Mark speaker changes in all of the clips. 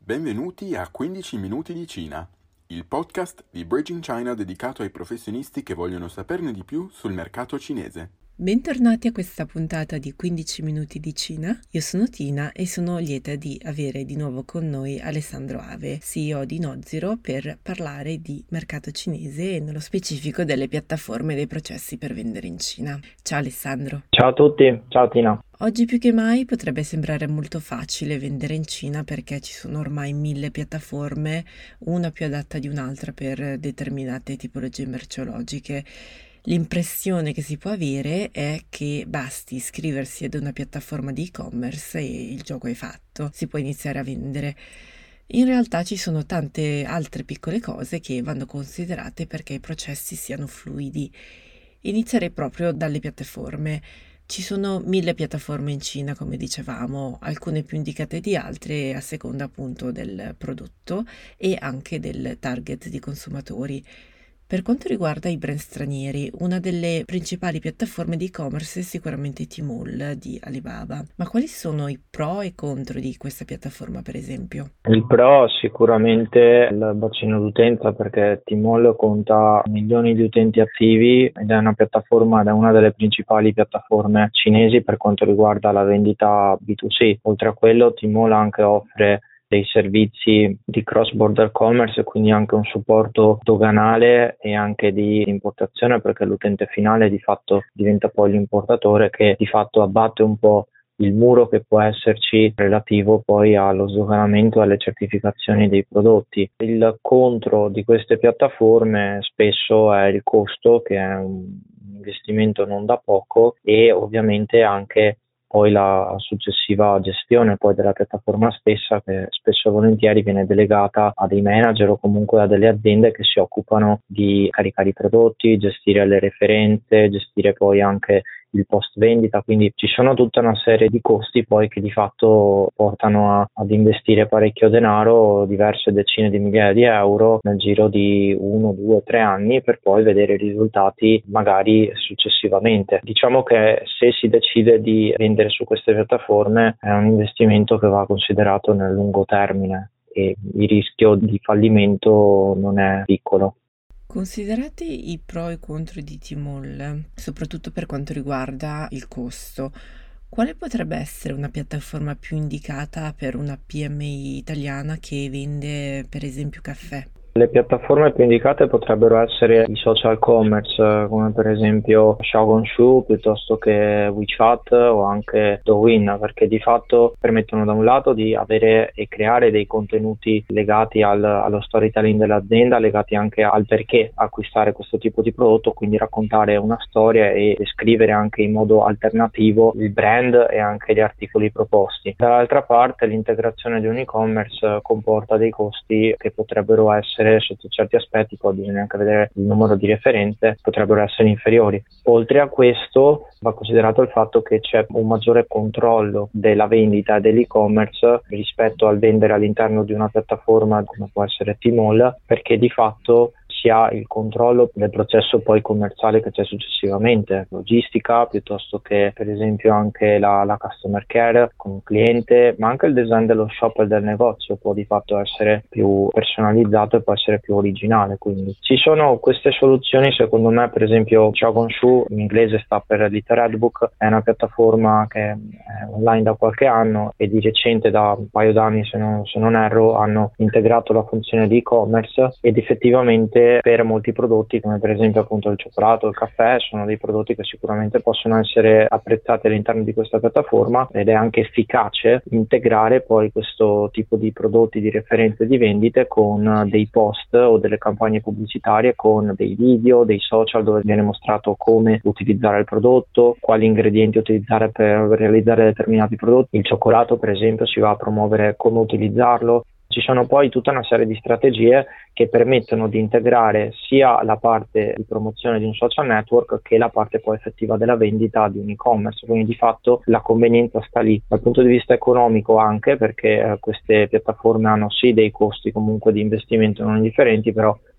Speaker 1: Benvenuti a 15 minuti di Cina, il podcast di Bridging China dedicato ai professionisti che vogliono saperne di più sul mercato cinese.
Speaker 2: Bentornati a questa puntata di 15 minuti di Cina. Io sono Tina e sono lieta di avere di nuovo con noi Alessandro Ave, CEO di Nozero, per parlare di mercato cinese e nello specifico delle piattaforme e dei processi per vendere in Cina. Ciao Alessandro.
Speaker 3: Ciao a tutti, ciao Tina.
Speaker 2: Oggi più che mai potrebbe sembrare molto facile vendere in Cina perché ci sono ormai 1000 piattaforme, una più adatta di un'altra per determinate tipologie merceologiche. L'impressione che si può avere è che basti iscriversi ad una piattaforma di e-commerce e il gioco è fatto, si può iniziare a vendere. In realtà ci sono tante altre piccole cose che vanno considerate perché i processi siano fluidi. Inizierei proprio dalle piattaforme. Ci sono 1000 piattaforme in Cina, come dicevamo, alcune più indicate di altre a seconda appunto del prodotto e anche del target di consumatori. Per quanto riguarda i brand stranieri, una delle principali piattaforme di e-commerce è sicuramente Tmall di Alibaba. Ma quali sono i pro e contro di questa piattaforma, per esempio?
Speaker 3: Il pro sicuramente il bacino d'utenza, perché Tmall conta milioni di utenti attivi ed è una delle principali piattaforme cinesi per quanto riguarda la vendita B2C. Oltre a quello, Tmall anche offre dei servizi di cross-border commerce, quindi anche un supporto doganale e anche di importazione, perché l'utente finale di fatto diventa poi l'importatore, che di fatto abbatte un po' il muro che può esserci relativo poi allo sdoganamento e alle certificazioni dei prodotti. Il contro di queste piattaforme spesso è il costo, che è un investimento non da poco, e ovviamente anche poi la successiva gestione poi della piattaforma stessa, che spesso e volentieri viene delegata a dei manager o comunque a delle aziende che si occupano di caricare i prodotti, gestire le referenze, gestire poi anche il post vendita, quindi ci sono tutta una serie di costi poi che di fatto portano ad investire parecchio denaro, diverse decine di migliaia di euro nel giro di 1, 2, 3 anni per poi vedere i risultati magari successivamente. Diciamo che se si decide di vendere su queste piattaforme è un investimento che va considerato nel lungo termine e il rischio di fallimento non è piccolo.
Speaker 2: Considerati i pro e contro di Tmall, soprattutto per quanto riguarda il costo, quale potrebbe essere una piattaforma più indicata per una PMI italiana che vende per esempio caffè?
Speaker 3: Le piattaforme più indicate potrebbero essere i social commerce, come per esempio Xiaohongshu piuttosto che WeChat o anche Douyin, perché di fatto permettono da un lato di avere e creare dei contenuti legati allo storytelling dell'azienda, legati anche al perché acquistare questo tipo di prodotto, quindi raccontare una storia e descrivere anche in modo alternativo il brand e anche gli articoli proposti. Dall'altra parte l'integrazione di un e-commerce comporta dei costi che potrebbero essere sotto certi aspetti, poi bisogna anche vedere il numero di referenze, potrebbero essere inferiori. Oltre a questo va considerato il fatto che c'è un maggiore controllo della vendita e dell'e-commerce rispetto al vendere all'interno di una piattaforma come può essere Tmall, perché di fatto si ha il controllo del processo poi commerciale che c'è successivamente, logistica piuttosto che per esempio anche la customer care con un cliente, ma anche il design dello shop e del negozio può di fatto essere più personalizzato e può essere più originale. Quindi ci sono queste soluzioni, secondo me, per esempio Xiaohongshu, in inglese sta per Literadbook, è una piattaforma che è online da qualche anno e di recente, da un paio d'anni se non erro, hanno integrato la funzione di e-commerce ed effettivamente per molti prodotti, come per esempio appunto il cioccolato, il caffè, sono dei prodotti che sicuramente possono essere apprezzati all'interno di questa piattaforma ed è anche efficace integrare poi questo tipo di prodotti, di referenze di vendite con dei post o delle campagne pubblicitarie, con dei video, dei social dove viene mostrato come utilizzare il prodotto, quali ingredienti utilizzare per realizzare determinati prodotti. Il cioccolato per esempio si va a promuovere come utilizzarlo. Ci sono poi tutta una serie di strategie che permettono di integrare sia la parte di promozione di un social network che la parte poi effettiva della vendita di un e-commerce, quindi di fatto la convenienza sta lì. Dal punto di vista economico anche, perché queste piattaforme hanno sì dei costi comunque di investimento non indifferenti, però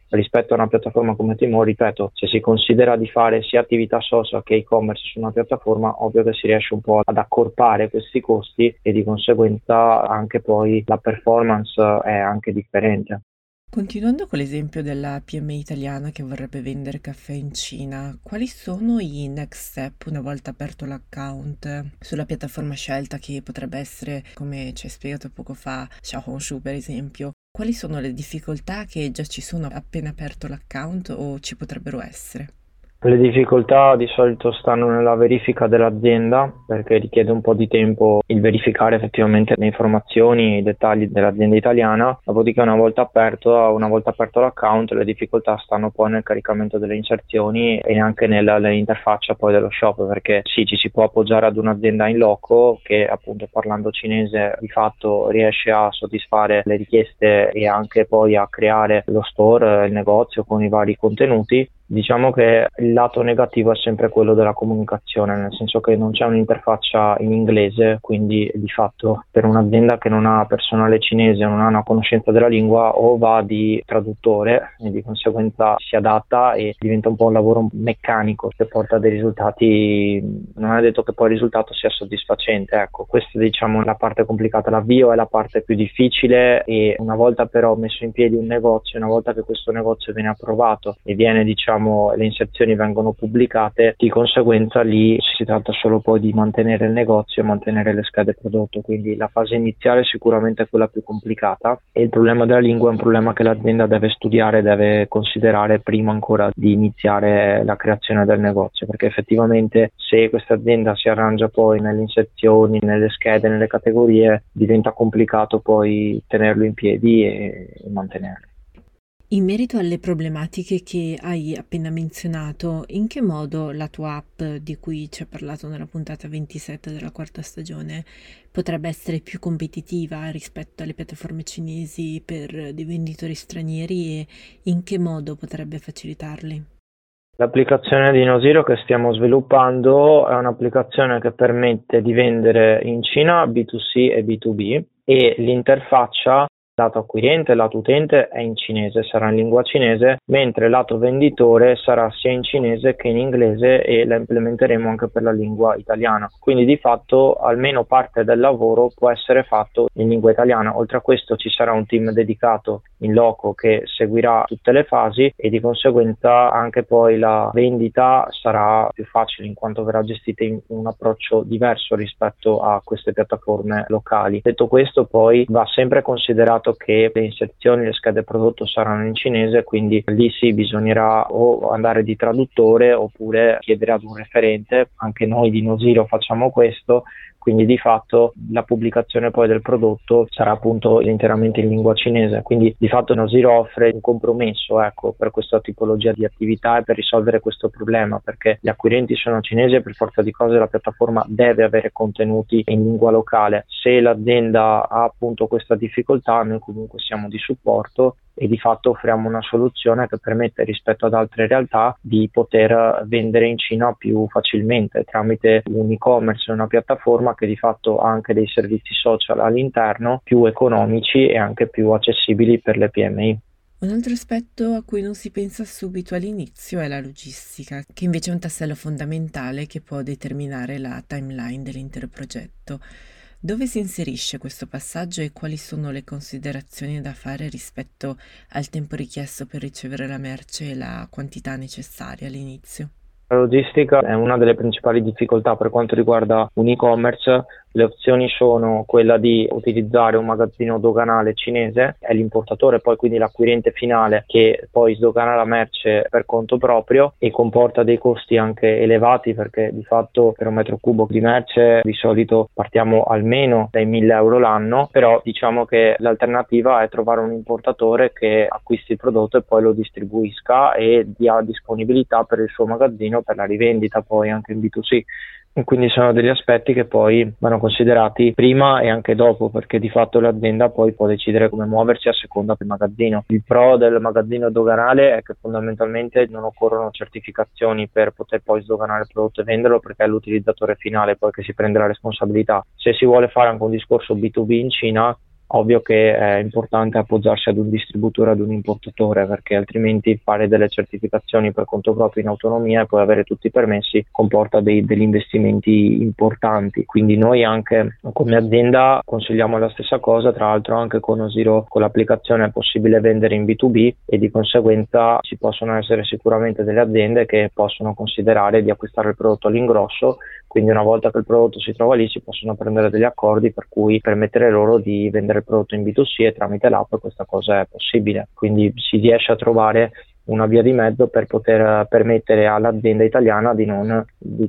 Speaker 3: rispetto a una piattaforma come Tmall, ripeto, se si considera di fare sia attività social che e-commerce su una piattaforma, ovvio che si riesce un po' ad accorpare questi costi e di conseguenza anche poi la performance è anche differente.
Speaker 2: Continuando con l'esempio della PMI italiana che vorrebbe vendere caffè in Cina, quali sono i next step una volta aperto l'account sulla piattaforma scelta, che potrebbe essere, come ci hai spiegato poco fa, Xiaohongshu per esempio? Quali sono le difficoltà che già ci sono appena aperto l'account o ci potrebbero essere?
Speaker 3: Le difficoltà di solito stanno nella verifica dell'azienda, perché richiede un po' di tempo il verificare effettivamente le informazioni e i dettagli dell'azienda italiana. Dopodiché una volta aperto l'account, le difficoltà stanno poi nel caricamento delle inserzioni e anche nell'interfaccia poi dello shop, perché sì, ci si può appoggiare ad un'azienda in loco che, appunto, parlando cinese, di fatto riesce a soddisfare le richieste e anche poi a creare lo store, il negozio con i vari contenuti. Diciamo che il lato negativo è sempre quello della comunicazione, nel senso che non c'è un'interfaccia in inglese, quindi di fatto per un'azienda che non ha personale cinese, non ha una conoscenza della lingua, o va di traduttore e di conseguenza si adatta e diventa un po' un lavoro meccanico che porta a dei risultati, non è detto che poi il risultato sia soddisfacente. Ecco, questa è, diciamo, la parte complicata. L'avvio è la parte più difficile e una volta però messo in piedi un negozio, una volta che questo negozio viene approvato e viene, diciamo, le inserzioni vengono pubblicate, di conseguenza lì si tratta solo poi di mantenere il negozio e mantenere le schede prodotto, quindi la fase iniziale sicuramente è quella più complicata e il problema della lingua è un problema che l'azienda deve studiare, deve considerare prima ancora di iniziare la creazione del negozio, perché effettivamente se questa azienda si arrangia poi nelle inserzioni, nelle schede, nelle categorie, diventa complicato poi tenerlo in piedi e mantenerlo.
Speaker 2: In merito alle problematiche che hai appena menzionato, in che modo la tua app, di cui ci hai parlato nella puntata 27 della quarta stagione, potrebbe essere più competitiva rispetto alle piattaforme cinesi per dei venditori stranieri e in che modo potrebbe facilitarli?
Speaker 3: L'applicazione di Nozero che stiamo sviluppando è un'applicazione che permette di vendere in Cina B2C e B2B e l'interfaccia lato acquirente e lato utente è in cinese, sarà in lingua cinese, mentre lato venditore sarà sia in cinese che in inglese e la implementeremo anche per la lingua italiana. Quindi di fatto almeno parte del lavoro può essere fatto in lingua italiana. Oltre a questo ci sarà un team dedicato in loco che seguirà tutte le fasi e di conseguenza anche poi la vendita sarà più facile in quanto verrà gestita in un approccio diverso rispetto a queste piattaforme locali. Detto questo, poi va sempre considerato che le inserzioni, le schede prodotto saranno in cinese, quindi lì sì, bisognerà o andare di traduttore oppure chiedere ad un referente. Anche noi di Nozero facciamo questo, quindi di fatto la pubblicazione poi del prodotto sarà appunto interamente in lingua cinese, quindi di fatto Nozero offre un compromesso, ecco, per questa tipologia di attività e per risolvere questo problema, perché gli acquirenti sono cinesi e per forza di cose la piattaforma deve avere contenuti in lingua locale. Se l'azienda ha appunto questa difficoltà, noi comunque siamo di supporto e di fatto offriamo una soluzione che permette rispetto ad altre realtà di poter vendere in Cina più facilmente tramite un e-commerce, una piattaforma che di fatto ha anche dei servizi social all'interno più economici e anche più accessibili per le PMI.
Speaker 2: Un altro aspetto a cui non si pensa subito all'inizio è la logistica, che invece è un tassello fondamentale che può determinare la timeline dell'intero progetto. Dove si inserisce questo passaggio e quali sono le considerazioni da fare rispetto al tempo richiesto per ricevere la merce e la quantità necessaria all'inizio?
Speaker 3: La logistica è una delle principali difficoltà per quanto riguarda un e-commerce. Le opzioni sono quella di utilizzare un magazzino doganale cinese, è l'importatore poi quindi l'acquirente finale che poi sdogana la merce per conto proprio e comporta dei costi anche elevati, perché di fatto per un metro cubo di merce di solito partiamo almeno dai 1.000 euro l'anno, però diciamo che l'alternativa è trovare un importatore che acquisti il prodotto e poi lo distribuisca e dia disponibilità per il suo magazzino per la rivendita poi anche in B2C. E quindi sono degli aspetti che poi vanno considerati prima e anche dopo, perché di fatto l'azienda poi può decidere come muoversi a seconda del magazzino. Il pro del magazzino doganale è che fondamentalmente non occorrono certificazioni per poter poi sdoganare il prodotto e venderlo, perché è l'utilizzatore finale poi che si prende la responsabilità. Se si vuole fare anche un discorso B2B in Cina, Ovvio che è importante appoggiarsi ad un distributore, ad un importatore, perché altrimenti fare delle certificazioni per conto proprio in autonomia e poi avere tutti i permessi comporta degli investimenti importanti. Quindi noi anche come azienda consigliamo la stessa cosa, tra l'altro anche con Osiro con l'applicazione è possibile vendere in B2B e di conseguenza ci possono essere sicuramente delle aziende che possono considerare di acquistare il prodotto all'ingrosso, quindi una volta che il prodotto si trova lì si possono prendere degli accordi per cui permettere loro di vendere il prodotto in B2C e tramite l'app questa cosa è possibile. Quindi si riesce a trovare una via di mezzo per poter permettere all'azienda italiana di non,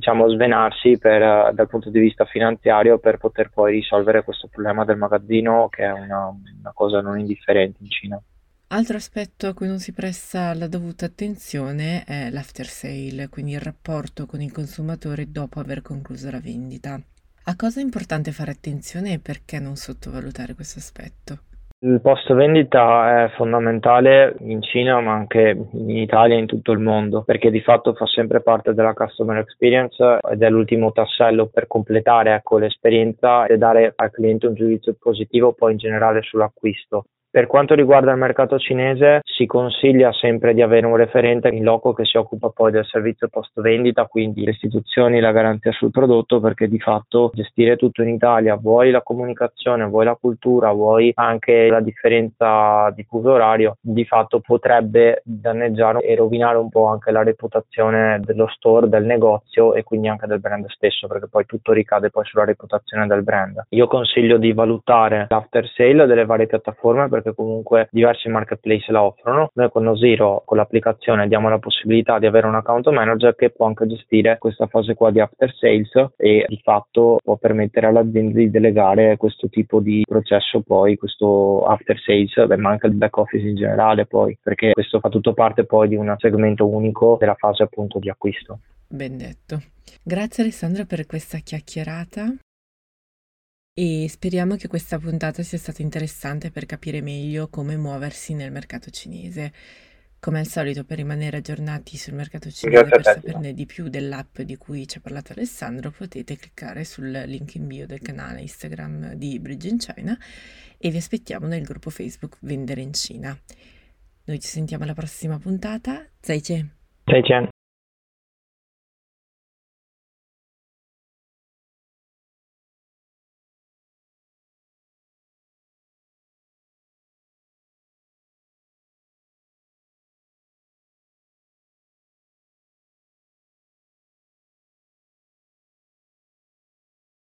Speaker 3: svenarsi dal punto di vista finanziario per poter poi risolvere questo problema del magazzino, che è una cosa non indifferente in Cina.
Speaker 2: Altro aspetto a cui non si presta la dovuta attenzione è l'after sale, quindi il rapporto con il consumatore dopo aver concluso la vendita. A cosa è importante fare attenzione e perché non sottovalutare questo aspetto?
Speaker 3: Il post vendita è fondamentale in Cina ma anche in Italia e in tutto il mondo, perché di fatto fa sempre parte della customer experience ed è l'ultimo tassello per completare l'esperienza e dare al cliente un giudizio positivo poi in generale sull'acquisto. Per quanto riguarda il mercato cinese, si consiglia sempre di avere un referente in loco che si occupa poi del servizio post vendita, quindi le istituzioni, la garanzia sul prodotto, perché di fatto gestire tutto in Italia, vuoi la comunicazione, vuoi la cultura, vuoi anche la differenza di fuso orario, di fatto potrebbe danneggiare e rovinare un po' anche la reputazione dello store, del negozio e quindi anche del brand stesso, perché poi tutto ricade poi sulla reputazione del brand. Io consiglio di valutare l'after sale delle varie piattaforme, perché comunque diversi marketplace la offrono. Noi con Osiro, con l'applicazione, diamo la possibilità di avere un account manager che può anche gestire questa fase qua di after sales e di fatto può permettere all'azienda di delegare questo tipo di processo, poi questo after sales, ma anche il back office in generale poi, perché questo fa tutto parte poi di un segmento unico della fase appunto di acquisto.
Speaker 2: Ben detto. Grazie Alessandro per questa chiacchierata. E speriamo che questa puntata sia stata interessante per capire meglio come muoversi nel mercato cinese. Come al solito, per rimanere aggiornati sul mercato cinese, per saperne di più dell'app di cui ci ha parlato Alessandro, potete cliccare sul link in bio del canale Instagram di Bridging China e vi aspettiamo nel gruppo Facebook Vendere in Cina. Noi ci sentiamo alla prossima puntata. 再见.